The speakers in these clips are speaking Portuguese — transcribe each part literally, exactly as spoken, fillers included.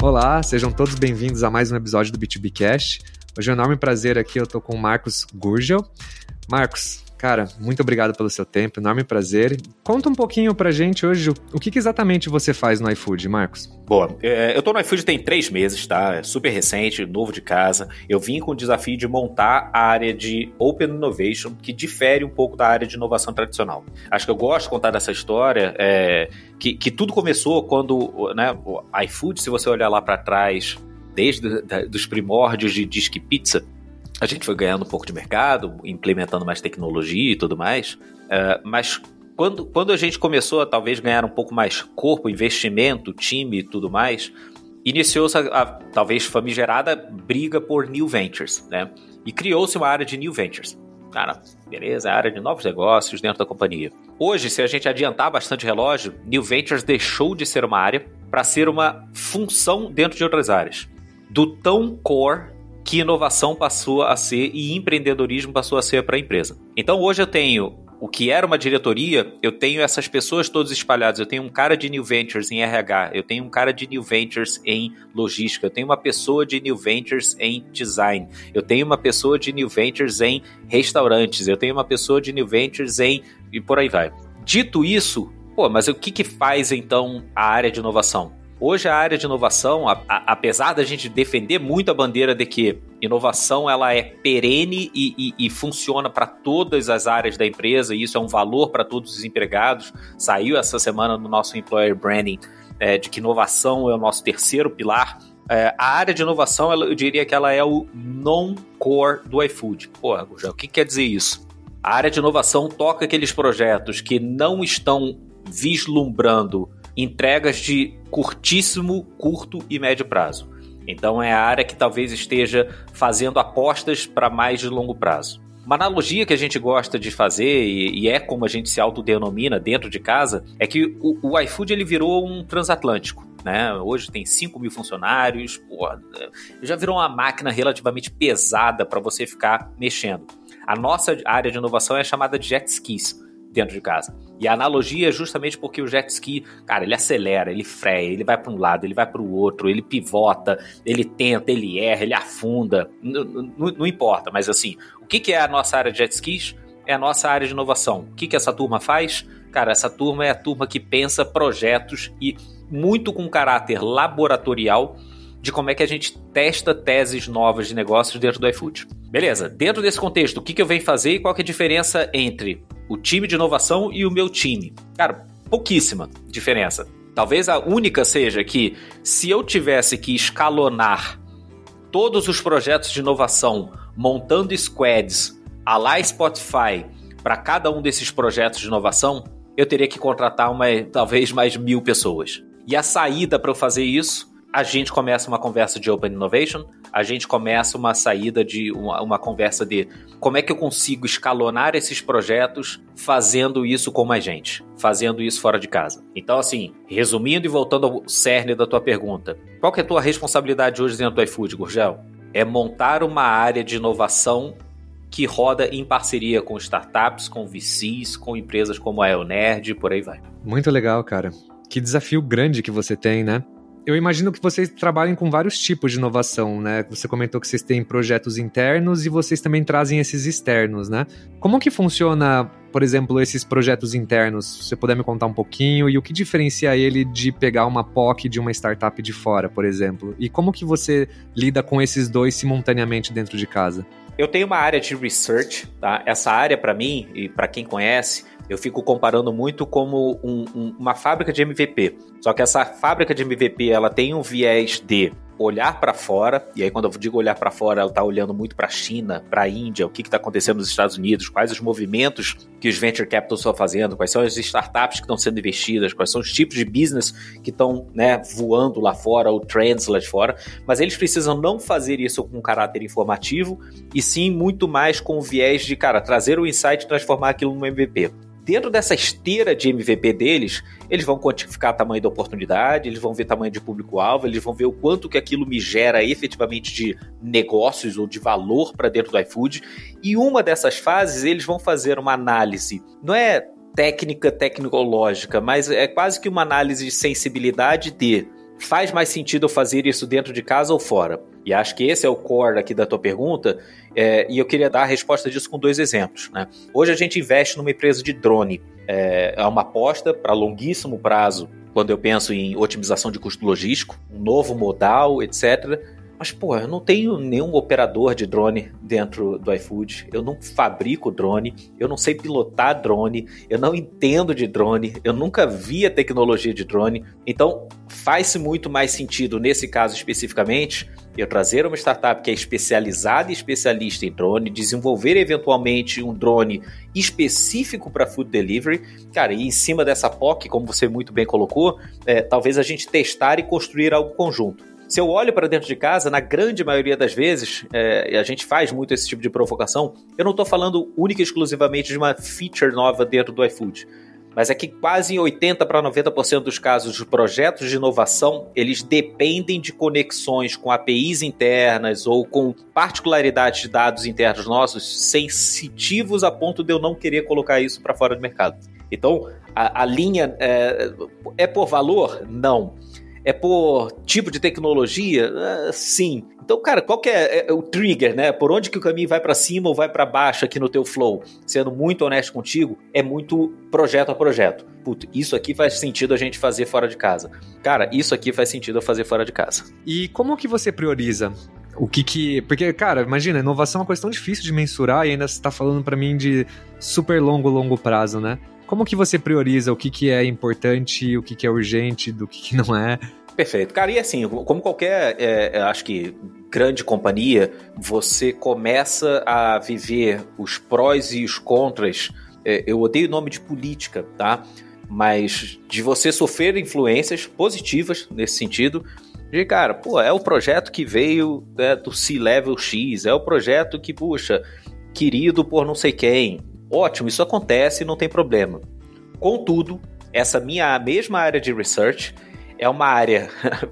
Olá, sejam todos bem-vindos a mais um episódio do B dois B Cast. Hoje é um enorme prazer aqui, eu tô com o Marcos Gurgel. Marcos, cara, muito obrigado pelo seu tempo, enorme prazer. Conta um pouquinho pra gente hoje o que, que exatamente você faz no iFood, Marcos. Boa, eu tô no iFood tem três meses, tá? É super recente, novo de casa. Eu vim com o desafio de montar a área de Open Innovation, que difere um pouco da área de inovação tradicional. Acho que eu gosto de contar dessa história, é, que, que tudo começou quando, né, o iFood, se você olhar lá pra trás, desde da, dos primórdios de Disque Pizza, a gente foi ganhando um pouco de mercado, implementando mais tecnologia e tudo mais, uh, mas quando, quando a gente começou a talvez ganhar um pouco mais corpo, investimento, time e tudo mais, iniciou-se a, a talvez famigerada briga por New Ventures, né? E criou-se uma área de New Ventures. Cara, beleza, a área de novos negócios dentro da companhia. Hoje, se a gente adiantar bastante o relógio, New Ventures deixou de ser uma área para ser uma função dentro de outras áreas. Do tão core que inovação passou a ser e empreendedorismo passou a ser para a empresa. Então hoje eu tenho o que era uma diretoria, eu tenho essas pessoas todas espalhadas, eu tenho um cara de New Ventures em R H, eu tenho um cara de New Ventures em logística, eu tenho uma pessoa de New Ventures em design, eu tenho uma pessoa de New Ventures em restaurantes, eu tenho uma pessoa de New Ventures em... e por aí vai. Dito isso, pô, mas o que que faz então a área de inovação? Hoje a área de inovação, a, a, apesar da gente defender muito a bandeira de que inovação ela é perene e, e, e funciona para todas as áreas da empresa, e isso é um valor para todos os empregados, saiu essa semana no nosso Employer Branding é, de que inovação é o nosso terceiro pilar. É, a área de inovação, ela, eu diria que ela é o non-core do iFood. Porra, Gurgel, o que quer dizer isso? A área de inovação toca aqueles projetos que não estão vislumbrando entregas de curtíssimo, curto e médio prazo. Então é a área que talvez esteja fazendo apostas para mais de longo prazo. Uma analogia que a gente gosta de fazer, e, e é como a gente se autodenomina dentro de casa, é que o, o iFood ele virou um transatlântico. Né? Hoje tem cinco mil funcionários, porra, já virou uma máquina relativamente pesada para você ficar mexendo. A nossa área de inovação é chamada de jet skis dentro de casa. E a analogia é justamente porque o jet ski, cara, ele acelera, ele freia, ele vai para um lado, ele vai para o outro, ele pivota, ele tenta, ele erra, ele afunda, não, não, não importa, mas assim, o que, que é a nossa área de jet skis? É a nossa área de inovação. O que, que essa turma faz? Cara, essa turma é a turma que pensa projetos e muito com caráter laboratorial de como é que a gente testa teses novas de negócios dentro do iFood. Beleza, dentro desse contexto, o que, que eu venho fazer e qual que é a diferença entre o time de inovação e o meu time? Cara, pouquíssima diferença. Talvez a única seja que se eu tivesse que escalonar todos os projetos de inovação montando squads à la Spotify para cada um desses projetos de inovação, eu teria que contratar uma, talvez mais mil pessoas. E a saída para eu fazer isso, a gente começa uma conversa de Open Innovation, a gente começa uma saída de uma, uma conversa de como é que eu consigo escalonar esses projetos fazendo isso com mais gente, fazendo isso fora de casa. Então, assim, resumindo e voltando ao cerne da tua pergunta, qual que é a tua responsabilidade hoje dentro do iFood, Gurgel? É montar uma área de inovação que roda em parceria com startups, com V Cs, com empresas como a Elnerd e por aí vai. Muito legal, cara. Que desafio grande que você tem, né? Eu imagino que vocês trabalhem com vários tipos de inovação, né? Você comentou que vocês têm projetos internos e vocês também trazem esses externos, né? Como que funciona, por exemplo, esses projetos internos? Se você puder me contar um pouquinho, e o que diferencia ele de pegar uma P O C de uma startup de fora, por exemplo? E como que você lida com esses dois simultaneamente dentro de casa? Eu tenho uma área de research, tá? Essa área, para mim, e para quem conhece, eu fico comparando muito como um, um, uma fábrica de M V P. Só que essa fábrica de M V P, ela tem um viés de olhar para fora, e aí quando eu digo olhar para fora, ela está olhando muito para a China, para a Índia, o que está acontecendo nos Estados Unidos, quais os movimentos que os venture capitals estão fazendo, quais são as startups que estão sendo investidas, quais são os tipos de business que estão, né, voando lá fora, ou trends lá de fora, mas eles precisam não fazer isso com um caráter informativo, e sim muito mais com o viés de, cara, trazer o insight e transformar aquilo num M V P. Dentro dessa esteira de M V P deles, eles vão quantificar o tamanho da oportunidade, eles vão ver o tamanho de público-alvo, eles vão ver o quanto que aquilo me gera efetivamente de negócios ou de valor para dentro do iFood. E uma dessas fases, eles vão fazer uma análise, não é técnica, tecnológica, mas é quase que uma análise de sensibilidade de, faz mais sentido eu fazer isso dentro de casa ou fora? E acho que esse é o core aqui da tua pergunta, é, e eu queria dar a resposta disso com dois exemplos, né? Hoje a gente investe numa empresa de drone, é, é uma aposta para longuíssimo prazo, quando eu penso em otimização de custo logístico, um novo modal, etcétera. Mas, pô, eu não tenho nenhum operador de drone dentro do iFood, eu não fabrico drone, eu não sei pilotar drone, eu não entendo de drone, eu nunca vi a tecnologia de drone. Então, faz-se muito mais sentido, nesse caso especificamente, eu trazer uma startup que é especializada e especialista em drone, desenvolver eventualmente um drone específico para food delivery, cara, e em cima dessa P O C, como você muito bem colocou, é, talvez a gente testar e construir algo conjunto. Se eu olho para dentro de casa, na grande maioria das vezes, é, a gente faz muito esse tipo de provocação, eu não estou falando única e exclusivamente de uma feature nova dentro do iFood, mas é que quase em oitenta para noventa por cento dos casos, os projetos de inovação, eles dependem de conexões com A P Is internas ou com particularidades de dados internos nossos sensitivos a ponto de eu não querer colocar isso para fora do mercado. Então, a, a linha é, é por valor? Não. É por tipo de tecnologia? Uh, sim. Então, cara, qual que é, é o trigger, né? Por onde que o caminho vai para cima ou vai para baixo aqui no teu flow? Sendo muito honesto contigo, é muito projeto a projeto. Puta, isso aqui faz sentido a gente fazer fora de casa. Cara, isso aqui faz sentido eu fazer fora de casa. E como que você prioriza? O que que... Porque, cara, imagina, inovação é uma coisa tão difícil de mensurar e ainda você tá falando para mim de super longo, longo prazo, né? Como que você prioriza o que, que é importante, o que, que é urgente, do que, que não é? Perfeito. Cara, e assim, como qualquer, é, acho que, grande companhia, você começa a viver os prós e os contras. É, eu odeio o nome de política, tá? Mas de você sofrer influências positivas nesse sentido. De, cara, pô, é o projeto que veio, né, do C-Level X, é o projeto que, puxa, querido por não sei quem. Ótimo, isso acontece e não tem problema. Contudo, essa minha mesma área de research é uma área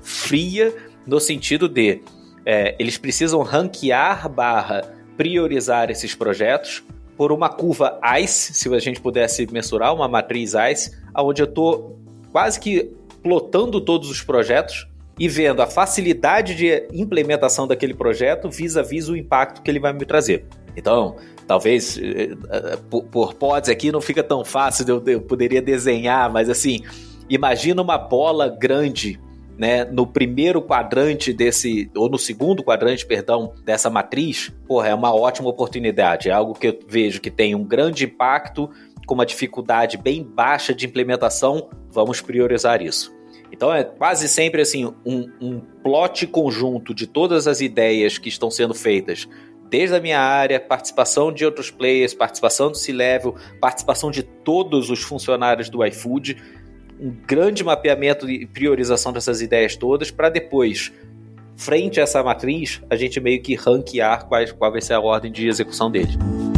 fria no sentido de é, eles precisam ranquear barra priorizar esses projetos por uma curva ICE, se a gente pudesse mensurar, uma matriz ICE, onde eu estou quase que plotando todos os projetos e vendo a facilidade de implementação daquele projeto vis-a-vis o impacto que ele vai me trazer. Então, talvez, por, por pods aqui não fica tão fácil, eu, eu poderia desenhar, mas assim, imagina uma bola grande, né, no primeiro quadrante desse, ou no segundo quadrante, perdão, dessa matriz. Porra, é uma ótima oportunidade, é algo que eu vejo que tem um grande impacto, com uma dificuldade bem baixa de implementação, vamos priorizar isso. Então é quase sempre assim, um, um plot conjunto de todas as ideias que estão sendo feitas, desde a minha área, participação de outros players, participação do C-Level, participação de todos os funcionários do iFood, um grande mapeamento e priorização dessas ideias todas, para depois, frente a essa matriz, a gente meio que ranquear qual, qual vai ser a ordem de execução deles.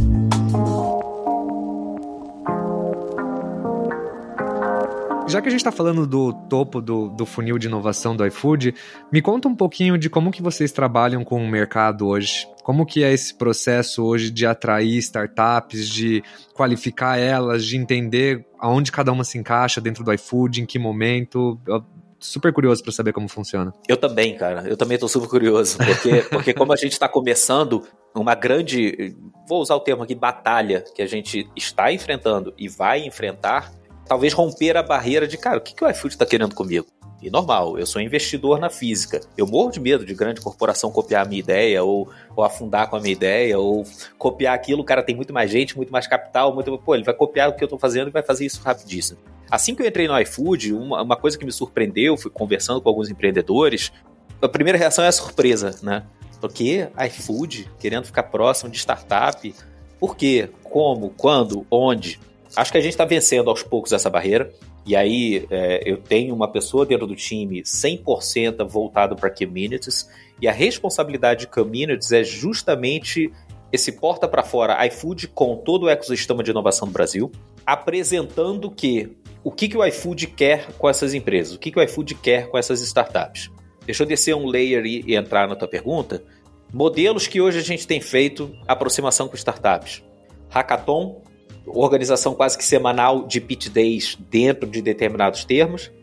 Já que a gente está falando do topo do, do funil de inovação do iFood, me conta um pouquinho de como que vocês trabalham com o mercado hoje. Como que é esse processo hoje de atrair startups, de qualificar elas, de entender aonde cada uma se encaixa dentro do iFood, em que momento? Eu super curioso para saber como funciona. Eu também, cara. Eu também estou super curioso, porque, porque como a gente está começando uma grande, vou usar o termo aqui, batalha, que a gente está enfrentando e vai enfrentar, talvez romper a barreira de, cara, o que, que o iFood está querendo comigo? E normal, eu sou investidor na física. Eu morro de medo de grande corporação copiar a minha ideia, ou, ou afundar com a minha ideia, ou copiar aquilo. O cara tem muito mais gente, muito mais capital, muito... Pô, ele vai copiar o que eu estou fazendo e vai fazer isso rapidíssimo. Assim que eu entrei no iFood, uma, uma coisa que me surpreendeu, fui conversando com alguns empreendedores, a primeira reação é a surpresa, né? Porque iFood, querendo ficar próximo de startup, por quê? Como? Quando? Onde? Acho que a gente está vencendo aos poucos essa barreira. E aí é, eu tenho uma pessoa dentro do time cem por cento voltado para communities. E a responsabilidade de communities é justamente esse porta para fora iFood com todo o ecossistema de inovação do Brasil, apresentando que, o que, que o iFood quer com essas empresas, o que, que o iFood quer com essas startups. Deixa eu descer um layer e, e entrar na tua pergunta. Modelos que hoje a gente tem feito aproximação com startups. Hackathon, organização quase que semanal de pitch days dentro de determinados termos,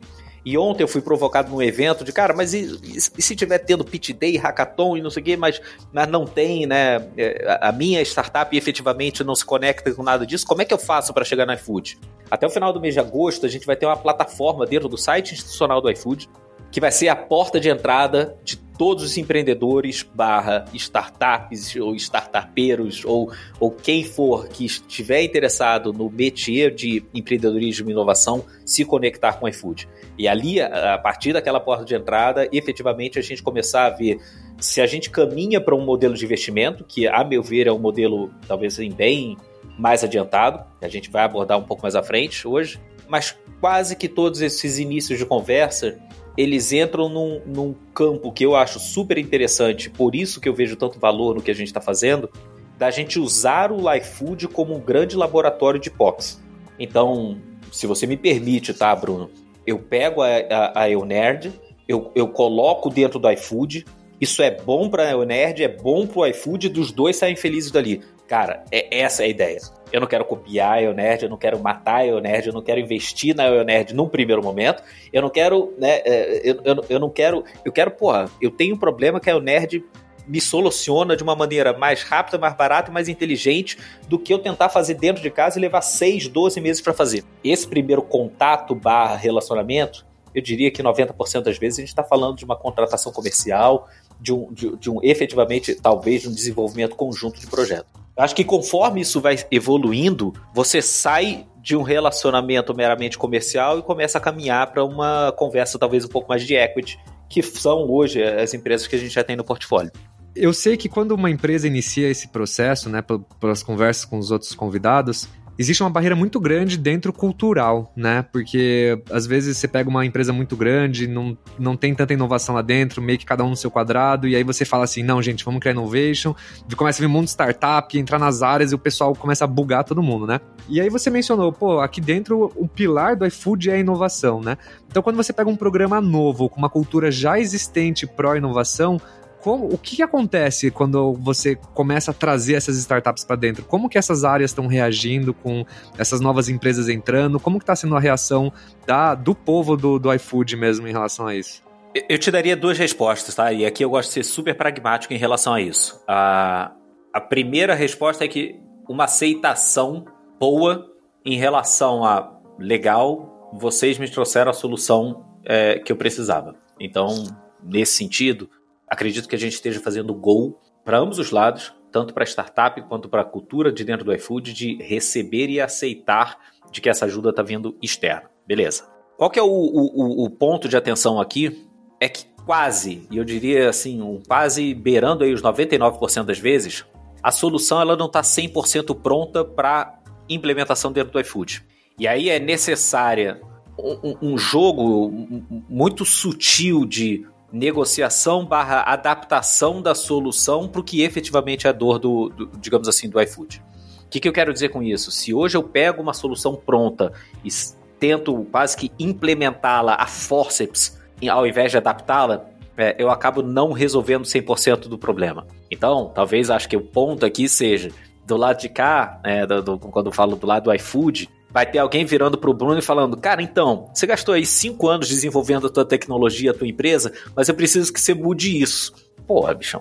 E ontem eu fui provocado num evento de, cara, mas e, e se tiver tendo pitch day, hackathon e não sei o quê, mas, mas não tem, né? A minha startup efetivamente não se conecta com nada disso, como é que eu faço para chegar no iFood? Até o final do mês de agosto, a gente vai ter uma plataforma dentro do site institucional do iFood, que vai ser a porta de entrada de todos os empreendedores barra startups ou startupeiros ou, ou quem for que estiver interessado no métier de empreendedorismo e inovação se conectar com o iFood. E ali, a partir daquela porta de entrada, efetivamente a gente começar a ver se a gente caminha para um modelo de investimento, que a meu ver é um modelo talvez bem mais adiantado, que a gente vai abordar um pouco mais à frente hoje, mas quase que todos esses inícios de conversa eles entram num, num campo que eu acho super interessante, por isso que eu vejo tanto valor no que a gente está fazendo, da gente usar o iFood como um grande laboratório de P O Cs. Então, se você me permite, tá, Bruno? Eu pego a, a, a EUNerd, eu, eu coloco dentro do iFood, isso é bom para a EUNerd, é bom para o iFood, dos dois saem felizes dali. Cara, é, essa é a ideia. Eu não quero copiar a EUNerd, eu não quero matar a EUNerd, eu não quero investir na EUNerd num primeiro momento, eu não quero, né, eu, eu, eu não quero, eu quero, porra, eu tenho um problema que a EUNerd me soluciona de uma maneira mais rápida, mais barata e mais inteligente do que eu tentar fazer dentro de casa e levar seis, doze meses para fazer. Esse primeiro contato barra relacionamento, eu diria que noventa por cento das vezes a gente está falando de uma contratação comercial, de um, de, de um efetivamente, talvez, de um desenvolvimento conjunto de projeto. Acho que conforme isso vai evoluindo, você sai de um relacionamento meramente comercial e começa a caminhar para uma conversa talvez um pouco mais de equity, que são hoje as empresas que a gente já tem no portfólio. Eu sei que quando uma empresa inicia esse processo, né, pelas conversas com os outros convidados, existe uma barreira muito grande dentro cultural, né? Porque às vezes você pega uma empresa muito grande, não, não tem tanta inovação lá dentro, meio que cada um no seu quadrado, e aí você fala assim, não, gente, vamos criar innovation, começa a vir um monte de startup, entrar nas áreas e o pessoal começa a bugar todo mundo, né? E aí você mencionou, pô, aqui dentro o pilar do iFood é a inovação, né? Então quando você pega um programa novo, com uma cultura já existente pró-inovação, Como, o que, que acontece quando você começa a trazer essas startups para dentro? Como que essas áreas estão reagindo com essas novas empresas entrando? Como que está sendo a reação da, do povo do, do iFood mesmo em relação a isso? Eu te daria duas respostas, tá? E aqui eu gosto de ser super pragmático em relação a isso. A, a primeira resposta é que uma aceitação boa em relação a legal, vocês me trouxeram a solução é, que eu precisava. Então, nesse sentido, acredito que a gente esteja fazendo gol para ambos os lados, tanto para a startup quanto para a cultura de dentro do iFood, de receber e aceitar de que essa ajuda está vindo externa. Beleza. Qual que é o, o, o ponto de atenção aqui? É que quase, e eu diria assim, um quase beirando aí os noventa e nove por cento das vezes, a solução ela não está cem por cento pronta para implementação dentro do iFood. E aí é necessária um, um jogo muito sutil de negociação barra adaptação da solução para o que efetivamente é a dor do, do, digamos assim, do iFood. O que, que eu quero dizer com isso? Se hoje eu pego uma solução pronta e tento quase que implementá-la a forceps, ao invés de adaptá-la, é, eu acabo não resolvendo cem por cento do problema. Então, talvez acho que o ponto aqui seja, do lado de cá, é, do, do, quando eu falo do lado do iFood, vai ter alguém virando pro Bruno e falando, cara, então, você gastou aí cinco anos desenvolvendo a tua tecnologia, a tua empresa, mas eu preciso que você mude isso. Porra, bichão,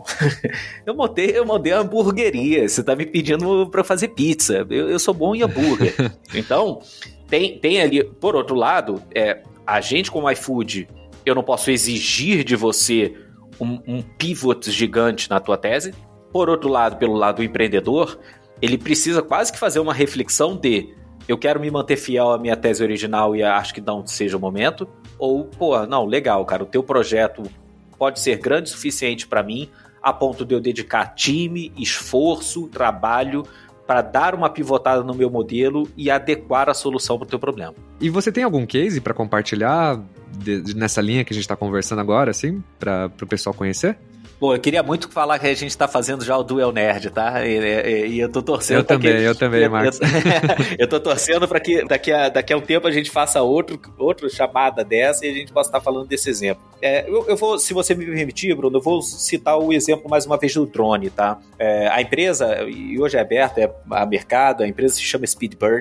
eu montei, eu montei uma hamburgueria, você tá me pedindo pra fazer pizza, eu, eu sou bom em hambúrguer. Então, tem, tem ali, por outro lado, é, a gente como iFood, eu não posso exigir de você um, um pivot gigante na tua tese. Por outro lado, pelo lado do empreendedor, ele precisa quase que fazer uma reflexão de eu quero me manter fiel à minha tese original e acho que não seja o momento, ou, pô, não, legal, cara, o teu projeto pode ser grande o suficiente para mim, a ponto de eu dedicar time, esforço, trabalho, para dar uma pivotada no meu modelo e adequar a solução para o teu problema. E você tem algum case para compartilhar de, de, nessa linha que a gente está conversando agora, assim, para o pessoal conhecer? Pô, eu queria muito falar que a gente tá fazendo já o Duel Nerd, tá? E, e, e eu tô torcendo eu pra também, que... Eu também, eu também, Marcos. Eu, eu tô torcendo pra que daqui a, daqui a um tempo a gente faça outro, outra chamada dessa e a gente possa estar falando desse exemplo. É, eu, eu vou, se você me permitir, Bruno, eu vou citar o exemplo mais uma vez do drone, tá? É, a empresa, e hoje é aberta, é a mercado, a empresa se chama Speedbird.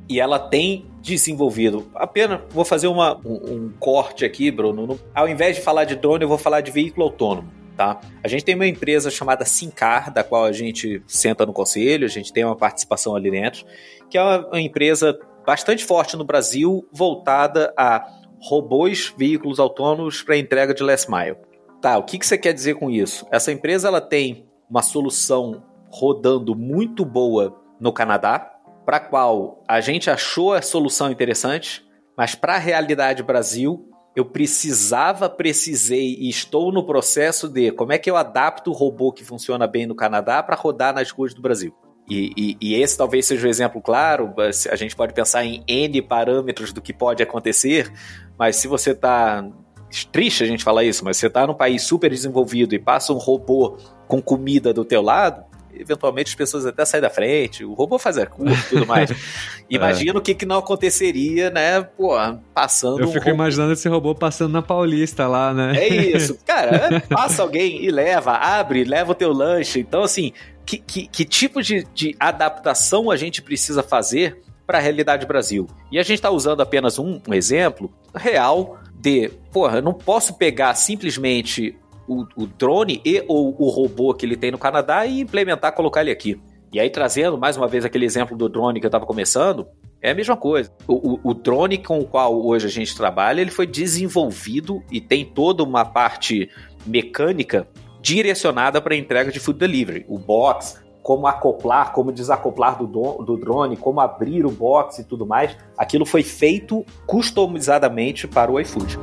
e ela tem desenvolvido. Apenas vou fazer uma, um, um corte aqui, Bruno. No, ao invés de falar de drone, eu vou falar de veículo autônomo. Tá? A gente tem uma empresa chamada Sincar, da qual a gente senta no conselho, a gente tem uma participação ali dentro, que é uma, uma empresa bastante forte no Brasil, voltada a robôs, veículos autônomos para entrega de last mile. Tá, o que, que você quer dizer com isso? Essa empresa ela tem uma solução rodando muito boa no Canadá, para a qual a gente achou a solução interessante, mas para a realidade Brasil, eu precisava, precisei e estou no processo de como é que eu adapto o robô que funciona bem no Canadá para rodar nas ruas do Brasil. E, e, e esse talvez seja o exemplo claro. A gente pode pensar em N parâmetros do que pode acontecer, mas se você está... Triste a gente falar isso, mas você está num país super desenvolvido e passa um robô com comida do teu lado, eventualmente as pessoas até saem da frente, o robô faz a curva e tudo mais. Imagina é. o que, que não aconteceria, né, pô, passando Eu fico um robô... imaginando esse robô passando na Paulista lá, né? É isso, cara, passa alguém e leva, abre, leva o teu lanche. Então, assim, que, que, que tipo de, de adaptação a gente precisa fazer para a realidade Brasil? E a gente está usando apenas um, um exemplo real de, porra, eu não posso pegar simplesmente O, o drone e ou o robô que ele tem no Canadá e implementar, colocar ele aqui. E aí, trazendo mais uma vez aquele exemplo do drone que eu estava começando, é a mesma coisa. O, o, o drone com o qual hoje a gente trabalha, ele foi desenvolvido e tem toda uma parte mecânica direcionada para a entrega de food delivery. O box, como acoplar, como desacoplar do, do, do drone, como abrir o box e tudo mais, aquilo foi feito customizadamente para o iFood.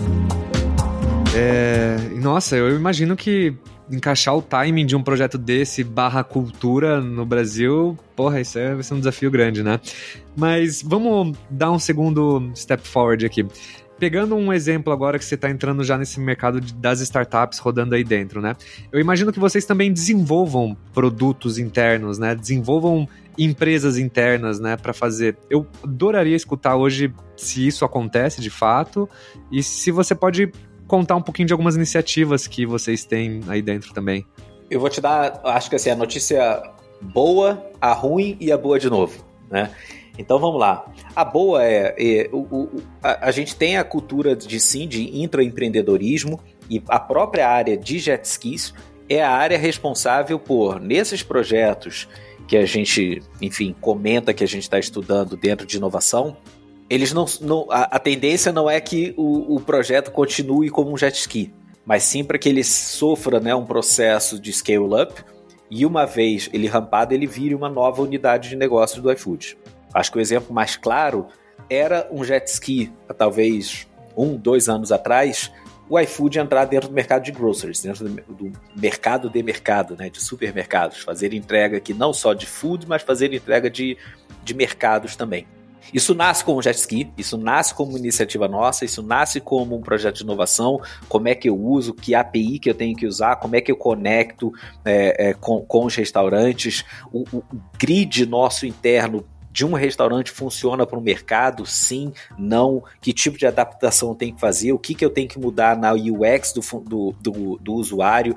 É, nossa, eu imagino que encaixar o timing de um projeto desse barra cultura no Brasil, porra, isso é, vai ser um desafio grande, né? Mas vamos dar um segundo step forward aqui. Pegando um exemplo agora que você está entrando já nesse mercado de, das startups rodando aí dentro, né? Eu imagino que vocês também desenvolvam produtos internos, né? Desenvolvam empresas internas, né? Para fazer. Eu adoraria escutar hoje se isso acontece de fato e se você pode contar um pouquinho de algumas iniciativas que vocês têm aí dentro também. Eu vou te dar, acho que assim, a notícia boa, a ruim e a boa de novo, né? Então vamos lá. A boa é, é o, o, a, a gente tem a cultura de sim, de intraempreendedorismo, e a própria área de jet skis é a área responsável por, nesses projetos que a gente, enfim, comenta que a gente está estudando dentro de inovação, eles não, não a, a tendência não é que o, o projeto continue como um jet ski, mas sim para que ele sofra, né, um processo de scale-up e uma vez ele rampado, ele vire uma nova unidade de negócio do iFood. Acho que o exemplo mais claro era um jet ski, há talvez um, dois anos atrás, o iFood entrar dentro do mercado de groceries, dentro do, do mercado de mercado, né, de supermercados, fazer entrega aqui não só de food, mas fazer entrega de, de mercados também. Isso nasce como um jet ski, isso nasce como uma iniciativa nossa, isso nasce como um projeto de inovação, como é que eu uso, que A P I que eu tenho que usar, como é que eu conecto é, é, com, com os restaurantes, o, o grid nosso interno de um restaurante funciona para o mercado, sim, não, que tipo de adaptação eu tenho que fazer, o que, que eu tenho que mudar na U X do, do, do, do usuário,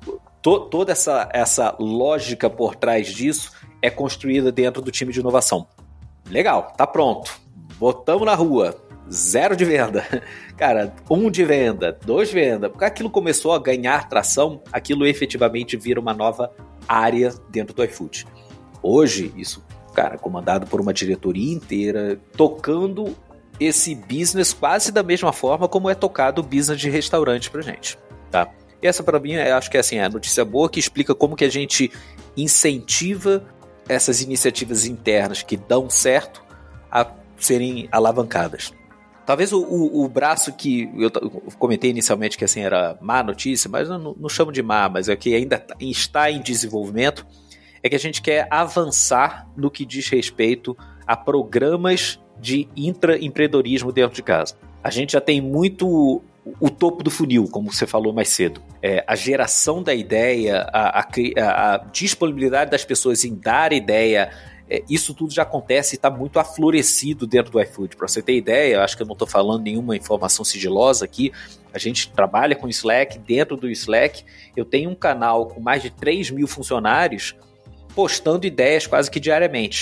to, toda essa, essa lógica por trás disso é construída dentro do time de inovação. Legal, tá pronto. Botamos na rua. Zero de venda. Cara, um de venda, dois de venda. Porque aquilo começou a ganhar tração, aquilo efetivamente vira uma nova área dentro do iFood. Hoje, isso, cara, comandado por uma diretoria inteira, tocando esse business quase da mesma forma como é tocado o business de restaurante pra gente, tá? E essa pra mim, eu acho que é assim, a notícia boa que explica como que a gente incentiva essas iniciativas internas que dão certo a serem alavancadas. Talvez o, o, o braço que eu, eu comentei inicialmente que assim era má notícia, mas eu não, não chamo de má, mas é que ainda está em desenvolvimento, é que a gente quer avançar no que diz respeito a programas de intraempreendedorismo dentro de casa. A gente já tem muito o topo do funil, como você falou mais cedo. É, a geração da ideia, a, a, a disponibilidade das pessoas em dar ideia, é, isso tudo já acontece e está muito aflorecido dentro do iFood. Para você ter ideia, acho que eu não estou falando nenhuma informação sigilosa aqui, a gente trabalha com Slack, dentro do Slack eu tenho um canal com mais de três mil funcionários postando ideias quase que diariamente.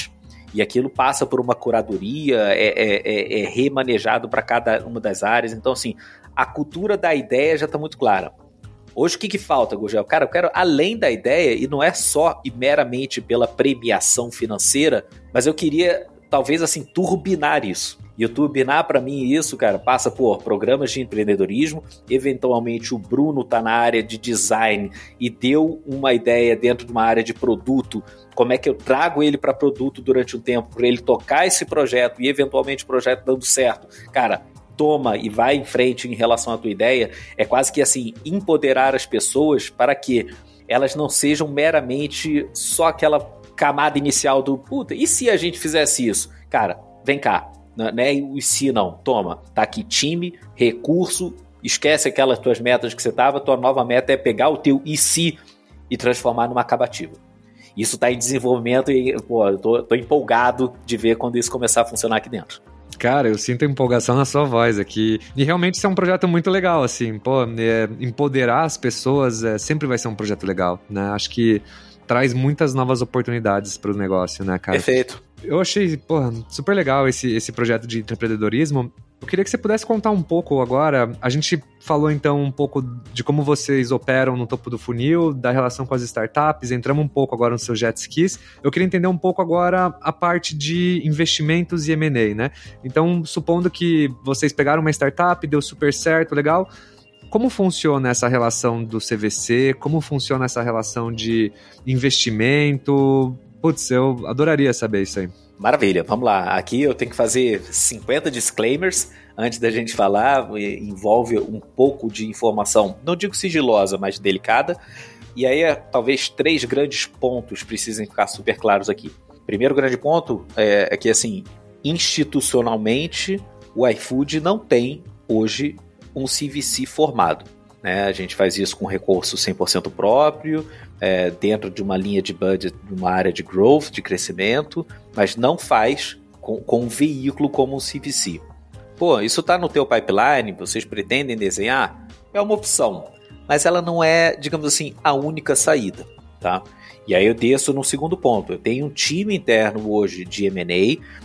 e aquilo passa por uma curadoria, é, é, é remanejado para cada uma das áreas. Então, assim, a cultura da ideia já está muito clara. Hoje, o que, que falta, Gurgel? Cara, eu quero além da ideia, e não é só e meramente pela premiação financeira, mas eu queria, talvez, assim, turbinar isso. E o turbinar, para mim, isso, cara, passa por programas de empreendedorismo. Eventualmente, o Bruno tá na área de design e deu uma ideia dentro de uma área de produto. Como é que eu trago ele para produto durante um tempo, para ele tocar esse projeto e, eventualmente, o projeto dando certo? Cara, toma e vai em frente em relação à tua ideia. É quase que, assim, empoderar as pessoas para que elas não sejam meramente só aquela camada inicial do, puta, e se a gente fizesse isso? Cara, vem cá. Não é o se não, toma, tá aqui time, recurso, esquece aquelas tuas metas que você tava, tua nova meta é pegar o teu e se e transformar numa acabativa. Isso tá em desenvolvimento e, pô, eu tô, tô empolgado de ver quando isso começar a funcionar aqui dentro. Cara, eu sinto a empolgação na sua voz aqui. E realmente isso é um projeto muito legal, assim, pô, é, empoderar as pessoas é, sempre vai ser um projeto legal, né? Acho que traz muitas novas oportunidades para o negócio, né, cara? Perfeito. Eu achei, porra, super legal esse, esse projeto de empreendedorismo. Eu queria que você pudesse contar um pouco agora. A gente falou, então, um pouco de como vocês operam no topo do funil, da relação com as startups, entramos um pouco agora nos seus jet skis. Eu queria entender um pouco agora a parte de investimentos e M and A, né? Então, supondo que vocês pegaram uma startup, deu super certo, legal. Como funciona essa relação do C V C? Como funciona essa relação de investimento? Putz, eu adoraria saber isso aí. Maravilha, vamos lá. Aqui eu tenho que fazer cinquenta disclaimers antes da gente falar. Envolve um pouco de informação, não digo sigilosa, mas delicada. E aí, talvez três grandes pontos precisem ficar super claros aqui. Primeiro grande ponto é, é que, assim, institucionalmente, o iFood não tem hoje um C V C formado, né? A gente faz isso com recurso cem por cento próprio, é, dentro de uma linha de budget, de uma área de growth, de crescimento, mas não faz com, com um veículo como um C V C. Pô, isso está no teu pipeline, vocês pretendem desenhar? É uma opção, mas ela não é, digamos assim, a única saída, tá? E aí eu desço no segundo ponto. Eu tenho um time interno hoje de M and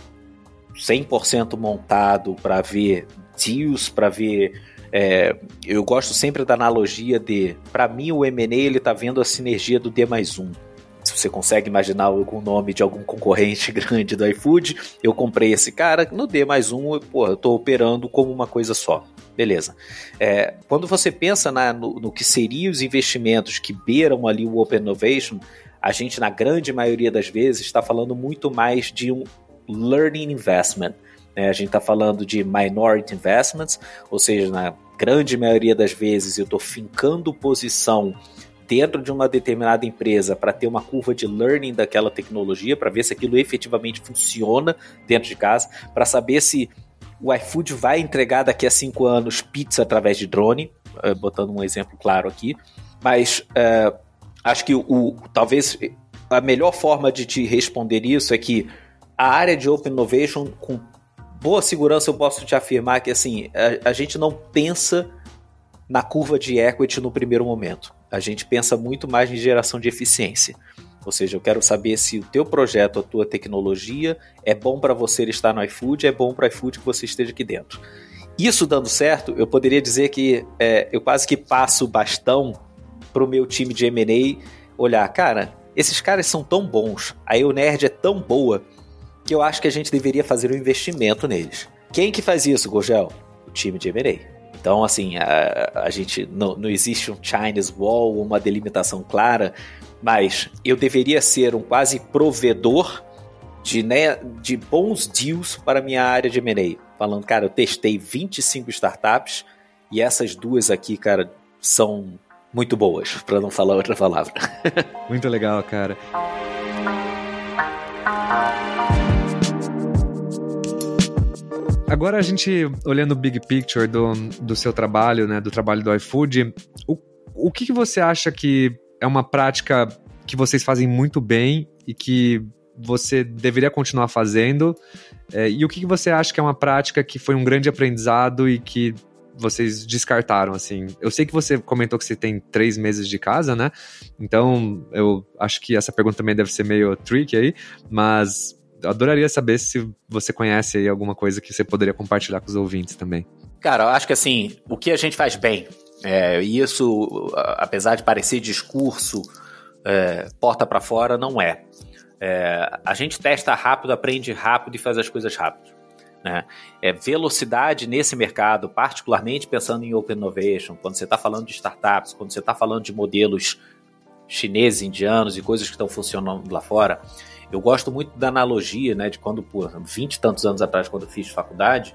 A, cem por cento montado para ver deals, para ver... É, eu gosto sempre da analogia de, para mim o M and A ele tá vendo a sinergia do D mais um. Se você consegue imaginar algum nome de algum concorrente grande do iFood, eu comprei esse cara, no D mais um, eu, pô, eu tô operando como uma coisa só. Beleza. É, quando você pensa na, no, no que seriam os investimentos que beiram ali o Open Innovation, a gente, na grande maioria das vezes, está falando muito mais de um learning investment. Né? A gente está falando de minority investments, ou seja, na grande maioria das vezes eu estou fincando posição dentro de uma determinada empresa para ter uma curva de learning daquela tecnologia, para ver se aquilo efetivamente funciona dentro de casa, para saber se o iFood vai entregar daqui a cinco anos pizza através de drone, botando um exemplo claro aqui, mas uh, acho que o, o, talvez a melhor forma de te responder isso é que a área de Open Innovation, com boa segurança eu posso te afirmar que assim, a, a gente não pensa na curva de equity no primeiro momento. A gente pensa muito mais em geração de eficiência. Ou seja, eu quero saber se o teu projeto, a tua tecnologia é bom para você estar no iFood, é bom para o iFood que você esteja aqui dentro. Isso dando certo, eu poderia dizer que é, eu quase que passo o bastão para o meu time de M and A olhar, cara, esses caras são tão bons, a EUNerd é tão boa, que eu acho que a gente deveria fazer um investimento neles. Quem que faz isso, Gurgel? O time de M and A. Então, assim, a, a gente não, não existe um Chinese Wall, uma delimitação clara, mas eu deveria ser um quase provedor de, né, de bons deals para a minha área de M and A. Falando, cara, eu testei vinte e cinco startups e essas duas aqui, cara, são muito boas, para não falar outra palavra. Muito legal, cara. Agora a gente, olhando o big picture do, do seu trabalho, né, do trabalho do iFood, o, o que, que você acha que é uma prática que vocês fazem muito bem e que você deveria continuar fazendo? É, e o que, que você acha que é uma prática que foi um grande aprendizado e que vocês descartaram, assim? Eu sei que você comentou que você tem três meses de casa, né? Então, eu acho que essa pergunta também deve ser meio tricky aí, mas... adoraria saber se você conhece aí alguma coisa que você poderia compartilhar com os ouvintes também. Cara, eu acho que assim, o que a gente faz bem, é, e isso, apesar de parecer discurso, é, porta para fora, não é. é. A gente testa rápido, aprende rápido e faz as coisas rápido. Né? É, velocidade nesse mercado, particularmente pensando em Open Innovation, quando você está falando de startups, quando você está falando de modelos chineses, indianos e coisas que estão funcionando lá fora, eu gosto muito da analogia, né, de quando, por vinte e tantos anos atrás, quando eu fiz faculdade,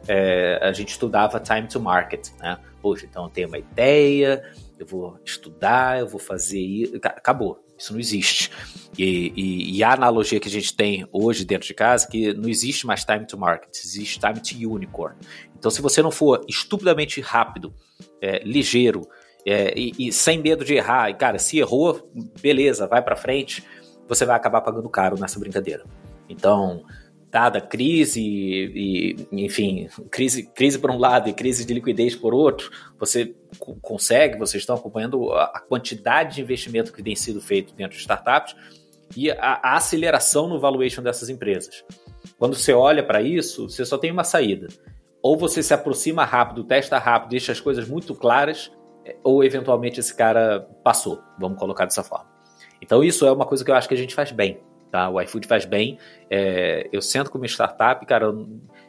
é, a gente estudava time to market, né? Poxa, então eu tenho uma ideia, eu vou estudar, eu vou fazer isso, acabou, isso não existe. E, e, e a analogia que a gente tem hoje dentro de casa é que não existe mais time to market, existe time to unicorn. Então, se você não for estupidamente rápido, é, ligeiro, é, e, e sem medo de errar, e cara, se errou, beleza, vai pra frente, você vai acabar pagando caro nessa brincadeira. Então, dada a crise, e, enfim, crise, crise por um lado e crise de liquidez por outro, você consegue, vocês estão acompanhando a quantidade de investimento que tem sido feito dentro de startups e a, a aceleração no valuation dessas empresas. Quando você olha para isso, você só tem uma saída. Ou você se aproxima rápido, testa rápido, deixa as coisas muito claras, ou eventualmente esse cara passou, vamos colocar dessa forma. Então isso é uma coisa que eu acho que a gente faz bem. Tá? O iFood faz bem. É, eu sento com uma startup, cara, eu,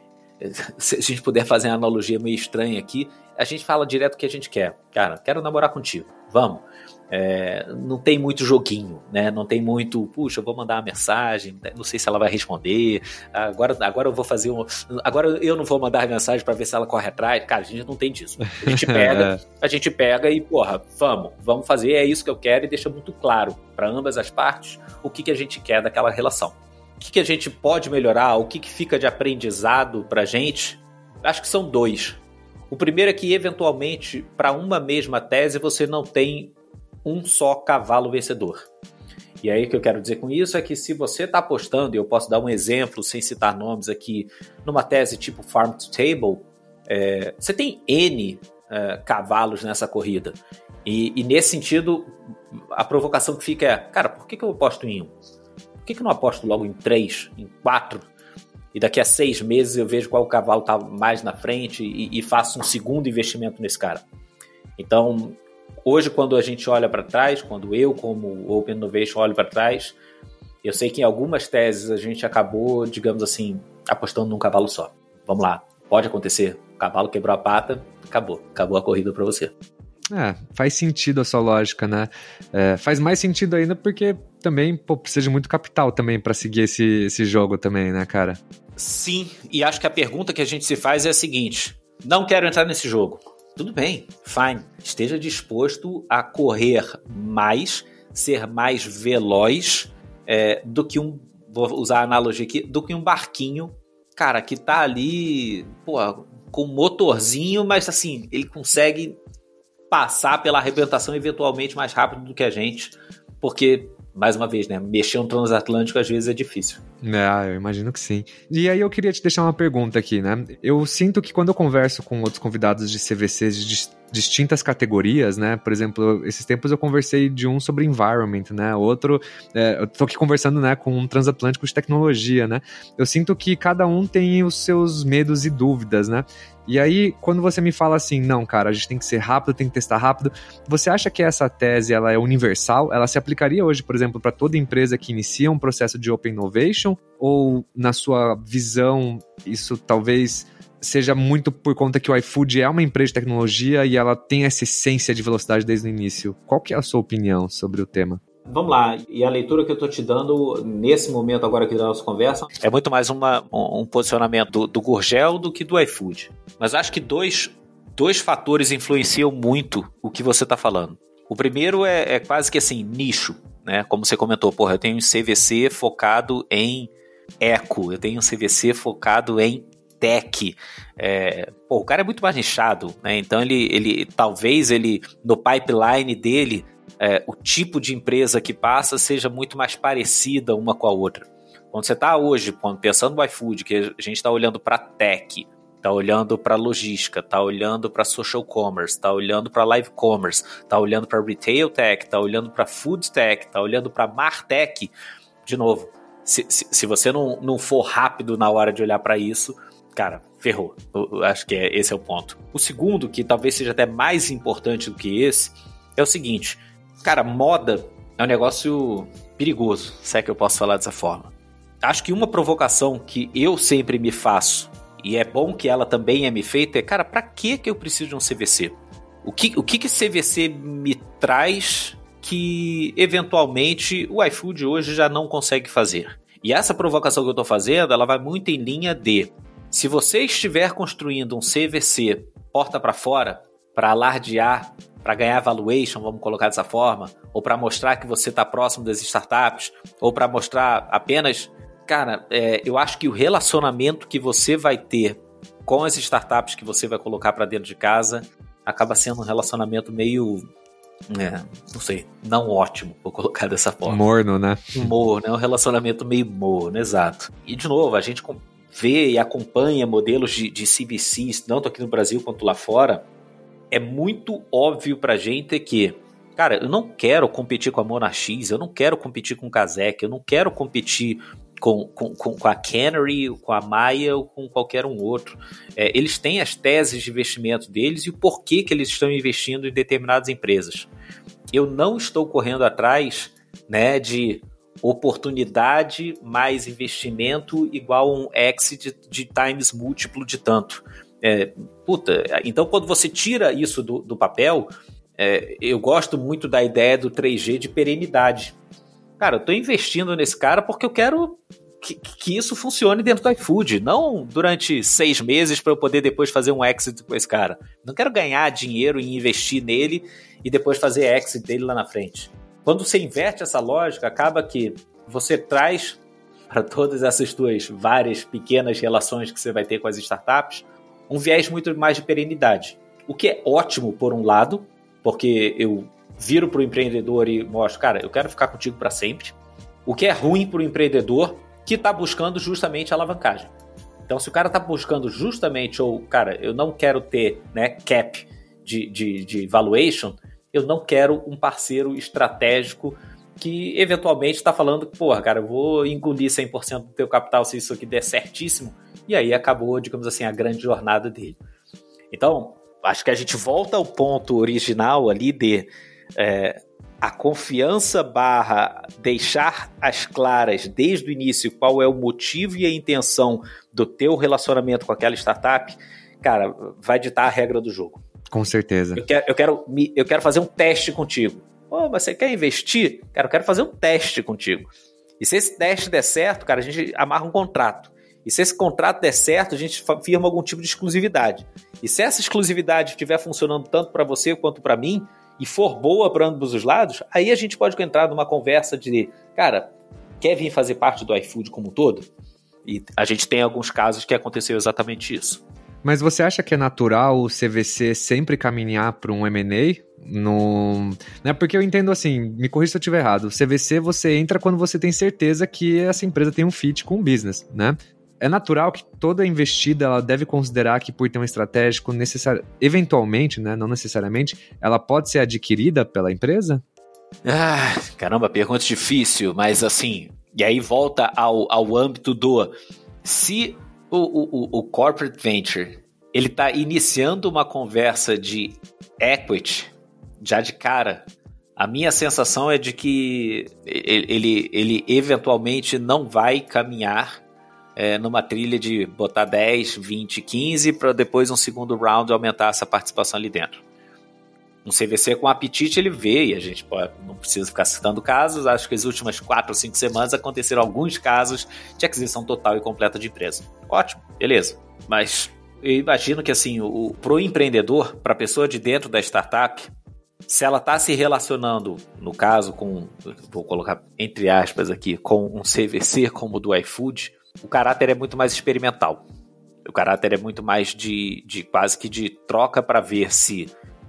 se a gente puder fazer uma analogia meio estranha aqui, a gente fala direto o que a gente quer. Cara, quero namorar contigo, vamos. É, não tem muito joguinho, né? Não tem muito, puxa, eu vou mandar uma mensagem, não sei se ela vai responder, agora, agora eu vou fazer um, agora eu não vou mandar mensagem para ver se ela corre atrás. Cara, a gente não tem disso. A gente pega, a gente pega e, porra, vamos, vamos fazer, é isso que eu quero, e deixa muito claro para ambas as partes o que, que a gente quer daquela relação. O que, que a gente pode melhorar, o que, que fica de aprendizado pra gente, acho que são dois. O primeiro é que, eventualmente, para uma mesma tese, você não tem um só cavalo vencedor. E aí o que eu quero dizer com isso é que se você está apostando, e eu posso dar um exemplo sem citar nomes aqui, numa tese tipo Farm to Table, é, você tem N é, cavalos nessa corrida. E, e nesse sentido, a provocação que fica é, cara, por que, que eu aposto em um? Por que, que eu não aposto logo em três, em quatro? E daqui a seis meses eu vejo qual cavalo está mais na frente e, e faço um segundo investimento nesse cara. Então, hoje, quando a gente olha para trás, quando eu, como Open Innovation, olho para trás, eu sei que em algumas teses a gente acabou, digamos assim, apostando num cavalo só. Vamos lá, pode acontecer. O cavalo quebrou a pata, acabou. Acabou a corrida para você. É, faz sentido a sua lógica, né? É, faz mais sentido ainda porque também pô, precisa de muito capital também para seguir esse, esse jogo também, né, cara? Sim, e acho que a pergunta que a gente se faz é a seguinte: não quero entrar nesse jogo. Tudo bem, fine. Esteja disposto a correr mais, ser mais veloz é, do que um, vou usar a analogia aqui, do que um barquinho, cara, que tá ali, pô, com motorzinho, mas assim, ele consegue passar pela arrebentação eventualmente mais rápido do que a gente, porque, mais uma vez, né, mexer um transatlântico às vezes é difícil. É, eu imagino que sim. E aí eu queria te deixar uma pergunta aqui, né? Eu sinto que quando eu converso com outros convidados de C V Cs de dis- distintas categorias, né? Por exemplo, esses tempos eu conversei de um sobre environment, né? Outro, é, eu tô aqui conversando, né, com um transatlântico de tecnologia, né? Eu sinto que cada um tem os seus medos e dúvidas, né? E aí, quando você me fala assim, não, cara, a gente tem que ser rápido, tem que testar rápido, você acha que essa tese, ela é universal? Ela se aplicaria hoje, por exemplo, para toda empresa que inicia um processo de Open Innovation? Ou, na sua visão, isso talvez seja muito por conta que o iFood é uma empresa de tecnologia e ela tem essa essência de velocidade desde o início? Qual que é a sua opinião sobre o tema? Vamos lá, e a leitura que eu estou te dando nesse momento agora aqui da nossa conversa é muito mais uma, um posicionamento do, do Gurgel do que do iFood. Mas acho que dois, dois fatores influenciam muito o que você está falando. O primeiro é, é quase que assim, nicho, né? Como você comentou, porra, eu tenho um C V C focado em eco, eu tenho um C V C focado em tech. É, pô, o cara é muito mais nichado, né? Então ele, ele talvez ele no pipeline dele É, o tipo de empresa que passa seja muito mais parecida uma com a outra. Quando você está hoje, pensando no iFood, que a gente está olhando para tech, está olhando para logística, está olhando para social commerce, está olhando para live commerce, está olhando para retail tech, está olhando para food tech, está olhando para martech, de novo, se, se, se você não, não for rápido na hora de olhar para isso, cara, ferrou. Eu, eu acho que é, esse é o ponto. O segundo, que talvez seja até mais importante do que esse, é o seguinte. Cara, moda é um negócio perigoso, se é que eu posso falar dessa forma. Acho que uma provocação que eu sempre me faço, e é bom que ela também é me feita, é, cara, pra que que eu preciso de um C V C? O que o que, que C V C me traz que, eventualmente, o iFood hoje já não consegue fazer? E essa provocação que eu tô fazendo, ela vai muito em linha de, se você estiver construindo um C V C porta para fora, para alardear, para ganhar valuation, vamos colocar dessa forma, ou para mostrar que você está próximo das startups, ou para mostrar apenas... Cara, é, eu acho que o relacionamento que você vai ter com as startups que você vai colocar para dentro de casa acaba sendo um relacionamento meio... É, não sei, não ótimo, vou colocar dessa forma. Morno, né? Morno, é um relacionamento meio morno, exato. E, de novo, a gente vê e acompanha modelos de, de C V Cs, tanto aqui no Brasil quanto lá fora. É muito óbvio pra gente que, cara, eu não quero competir com a Monax, eu não quero competir com o Kazek, eu não quero competir com, com, com a Canary, com a Maia ou com qualquer um outro. É, eles têm as teses de investimento deles e o porquê que eles estão investindo em determinadas empresas. Eu não estou correndo atrás, né, de oportunidade mais investimento igual um exit de times múltiplo de tanto. É, puta, então quando você tira isso do, do papel, é, eu gosto muito da ideia do três G de perenidade. Cara, eu tô investindo nesse cara porque eu quero que, que isso funcione dentro do iFood, não durante seis meses para eu poder depois fazer um exit com esse cara. Não quero ganhar dinheiro e investir nele e depois fazer exit dele lá na frente. Quando você inverte essa lógica, acaba que você traz para todas essas tuas várias pequenas relações que você vai ter com as startups um viés muito mais de perenidade. O que é ótimo por um lado, porque eu viro para o empreendedor e mostro, cara, eu quero ficar contigo para sempre. O que é ruim para o empreendedor que está buscando justamente a alavancagem. Então, se o cara está buscando justamente, ou, cara, eu não quero ter, né, cap de, de, de valuation, eu não quero um parceiro estratégico que eventualmente está falando que, porra, cara, eu vou engolir cem por cento do teu capital se isso aqui der certíssimo. E aí acabou, digamos assim, a grande jornada dele. Então, acho que a gente volta ao ponto original ali de é, a confiança barra deixar as claras desde o início qual é o motivo e a intenção do teu relacionamento com aquela startup, cara, vai ditar a regra do jogo. Com certeza. Eu quero, eu quero, eu quero fazer um teste contigo. Oh, mas você quer investir? Cara, eu quero fazer um teste contigo. E se esse teste der certo, cara, a gente amarra um contrato. E se esse contrato der certo, a gente firma algum tipo de exclusividade. E se essa exclusividade estiver funcionando tanto para você quanto para mim, e for boa para ambos os lados, aí a gente pode entrar numa conversa de, cara, quer vir fazer parte do iFood como um todo? E a gente tem alguns casos que aconteceu exatamente isso. Mas você acha que é natural o C V C sempre caminhar para um M and A? No... Né? Porque eu entendo assim, me corrija se eu estiver errado, o C V C você entra quando você tem certeza que essa empresa tem um fit com o business, né? É natural que toda investida ela deve considerar que por ter um estratégico necessário, eventualmente, né, não necessariamente, ela pode ser adquirida pela empresa? Ah, caramba, pergunta difícil, mas assim, e aí volta ao, ao âmbito do, se o, o, o Corporate Venture, ele está iniciando uma conversa de equity, já de cara, a minha sensação é de que ele, ele, ele eventualmente não vai caminhar É, numa trilha de botar dez, vinte, quinze para depois um segundo round aumentar essa participação ali dentro. Um C V C com apetite ele vê, e a gente pode, não precisa ficar citando casos, acho que as últimas quatro ou cinco semanas aconteceram alguns casos de aquisição total e completa de empresa. Ótimo, beleza. Mas eu imagino que assim, o, pro empreendedor, para a pessoa de dentro da startup, se ela está se relacionando, no caso, com, vou colocar entre aspas aqui, com um C V C como o do iFood, o caráter é muito mais experimental. O caráter é muito mais de, de quase que de troca para ver se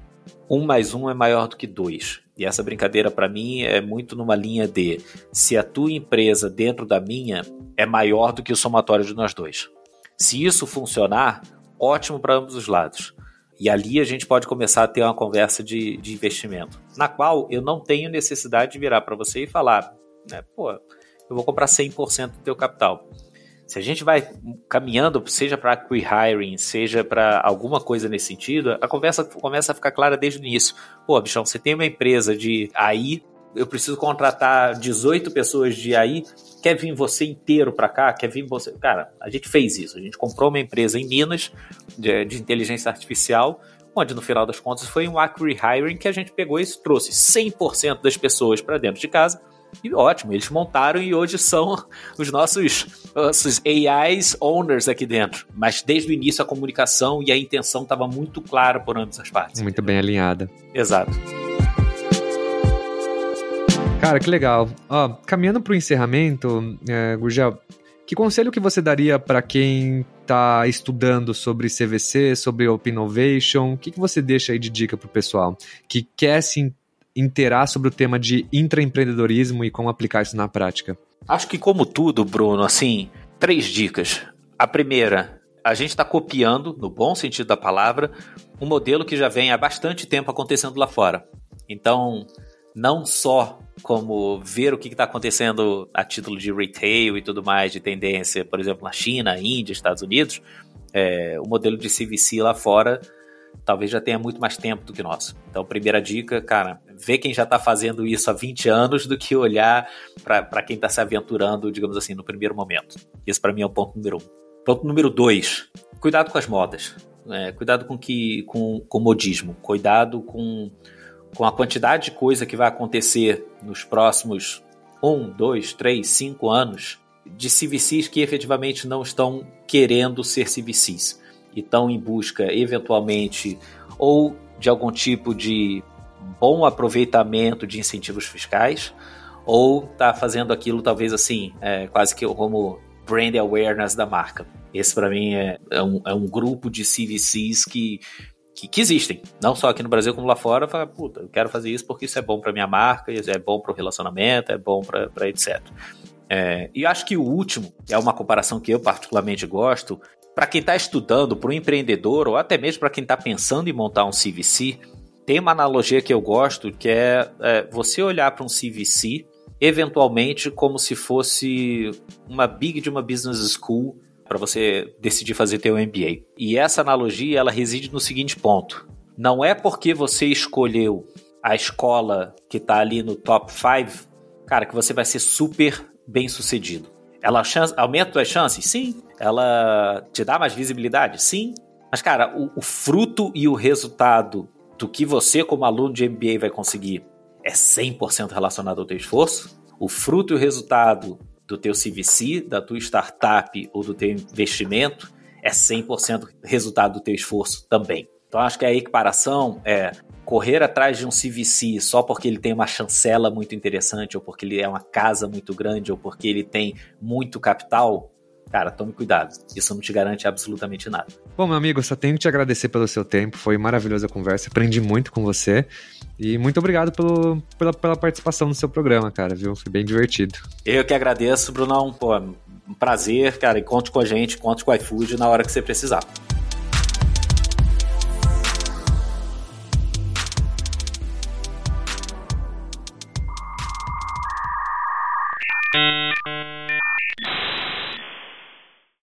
um mais um é maior do que dois. E essa brincadeira para mim é muito numa linha de se a tua empresa dentro da minha é maior do que o somatório de nós dois. Se isso funcionar, ótimo para ambos os lados. E ali a gente pode começar a ter uma conversa de, de investimento, na qual eu não tenho necessidade de virar para você e falar, né, pô, eu vou comprar cem por cento do teu capital. Se a gente vai caminhando, seja para acqui-hiring, seja para alguma coisa nesse sentido, a conversa começa a ficar clara desde o início. Pô, bichão, você tem uma empresa de A I, eu preciso contratar dezoito pessoas de A I, quer vir você inteiro para cá? Quer vir você... Cara, a gente fez isso. A gente comprou uma empresa em Minas de, de inteligência artificial, onde no final das contas foi um acqui-hiring que a gente pegou e trouxe cem por cento das pessoas para dentro de casa. E ótimo, eles montaram e hoje são os nossos, nossos A Is owners aqui dentro. Mas desde o início a comunicação e a intenção estava muito clara por ambas as partes. Muito bem alinhada. Exato. Cara, que legal. Ó, caminhando para o encerramento, é, Gurgel, que conselho que você daria para quem está estudando sobre C V C, sobre Open Innovation? O que, que você deixa aí de dica para o pessoal que quer se inteirar sobre o tema de intraempreendedorismo e como aplicar isso na prática? Acho que como tudo, Bruno, assim, três dicas. A primeira, a gente está copiando, no bom sentido da palavra, um modelo que já vem há bastante tempo acontecendo lá fora. Então, não só como ver o que está acontecendo a título de retail e tudo mais, de tendência, por exemplo, na China, Índia, Estados Unidos, é, o modelo de C V C lá fora talvez já tenha muito mais tempo do que nós. Então, primeira dica, cara, ver quem já está fazendo isso há vinte anos do que olhar para quem está se aventurando, digamos assim, no primeiro momento. Esse, para mim, é o ponto número um. Ponto número dois, cuidado com as modas. É, cuidado com que, com, com o modismo. Cuidado com, com a quantidade de coisa que vai acontecer nos próximos um, dois, três, cinco anos de C V Cs que efetivamente não estão querendo ser C V Cs. E estão em busca, eventualmente, ou de algum tipo de bom aproveitamento de incentivos fiscais, ou está fazendo aquilo, talvez assim, é, quase que como brand awareness da marca. Esse, para mim, é, é, um, é um grupo de C V Cs que, que, que existem, não só aqui no Brasil como lá fora. Fala, puta, eu quero fazer isso porque isso é bom para minha marca, isso é bom para o relacionamento, é bom para etcétera. É, e acho que o último, é uma comparação que eu particularmente gosto, para quem está estudando, para um empreendedor, ou até mesmo para quem está pensando em montar um C V C, tem uma analogia que eu gosto, que é, é você olhar para um C V C, eventualmente como se fosse uma big de uma business school, para você decidir fazer teu M B A. E essa analogia, ela reside no seguinte ponto. Não é porque você escolheu a escola que está ali no top cinco, cara, que você vai ser super bem sucedido. Ela chance, aumenta as chances? Sim. Ela te dá mais visibilidade? Sim. Mas, cara, o, o fruto e o resultado do que você, como aluno de M B A, vai conseguir é cem por cento relacionado ao teu esforço. O fruto e o resultado do teu C V C, da tua startup ou do teu investimento é cem por cento resultado do teu esforço também. Então, acho que a equiparação é correr atrás de um C V C só porque ele tem uma chancela muito interessante, ou porque ele é uma casa muito grande, ou porque ele tem muito capital. Cara, tome cuidado. Isso não te garante absolutamente nada. Bom, meu amigo, só tenho que te agradecer pelo seu tempo. Foi maravilhosa a conversa. Aprendi muito com você. E muito obrigado pelo, pela, pela participação no seu programa, cara, viu? Foi bem divertido. Eu que agradeço, Brunão. Pô, um prazer, cara. E conte com a gente, conte com o iFood na hora que você precisar.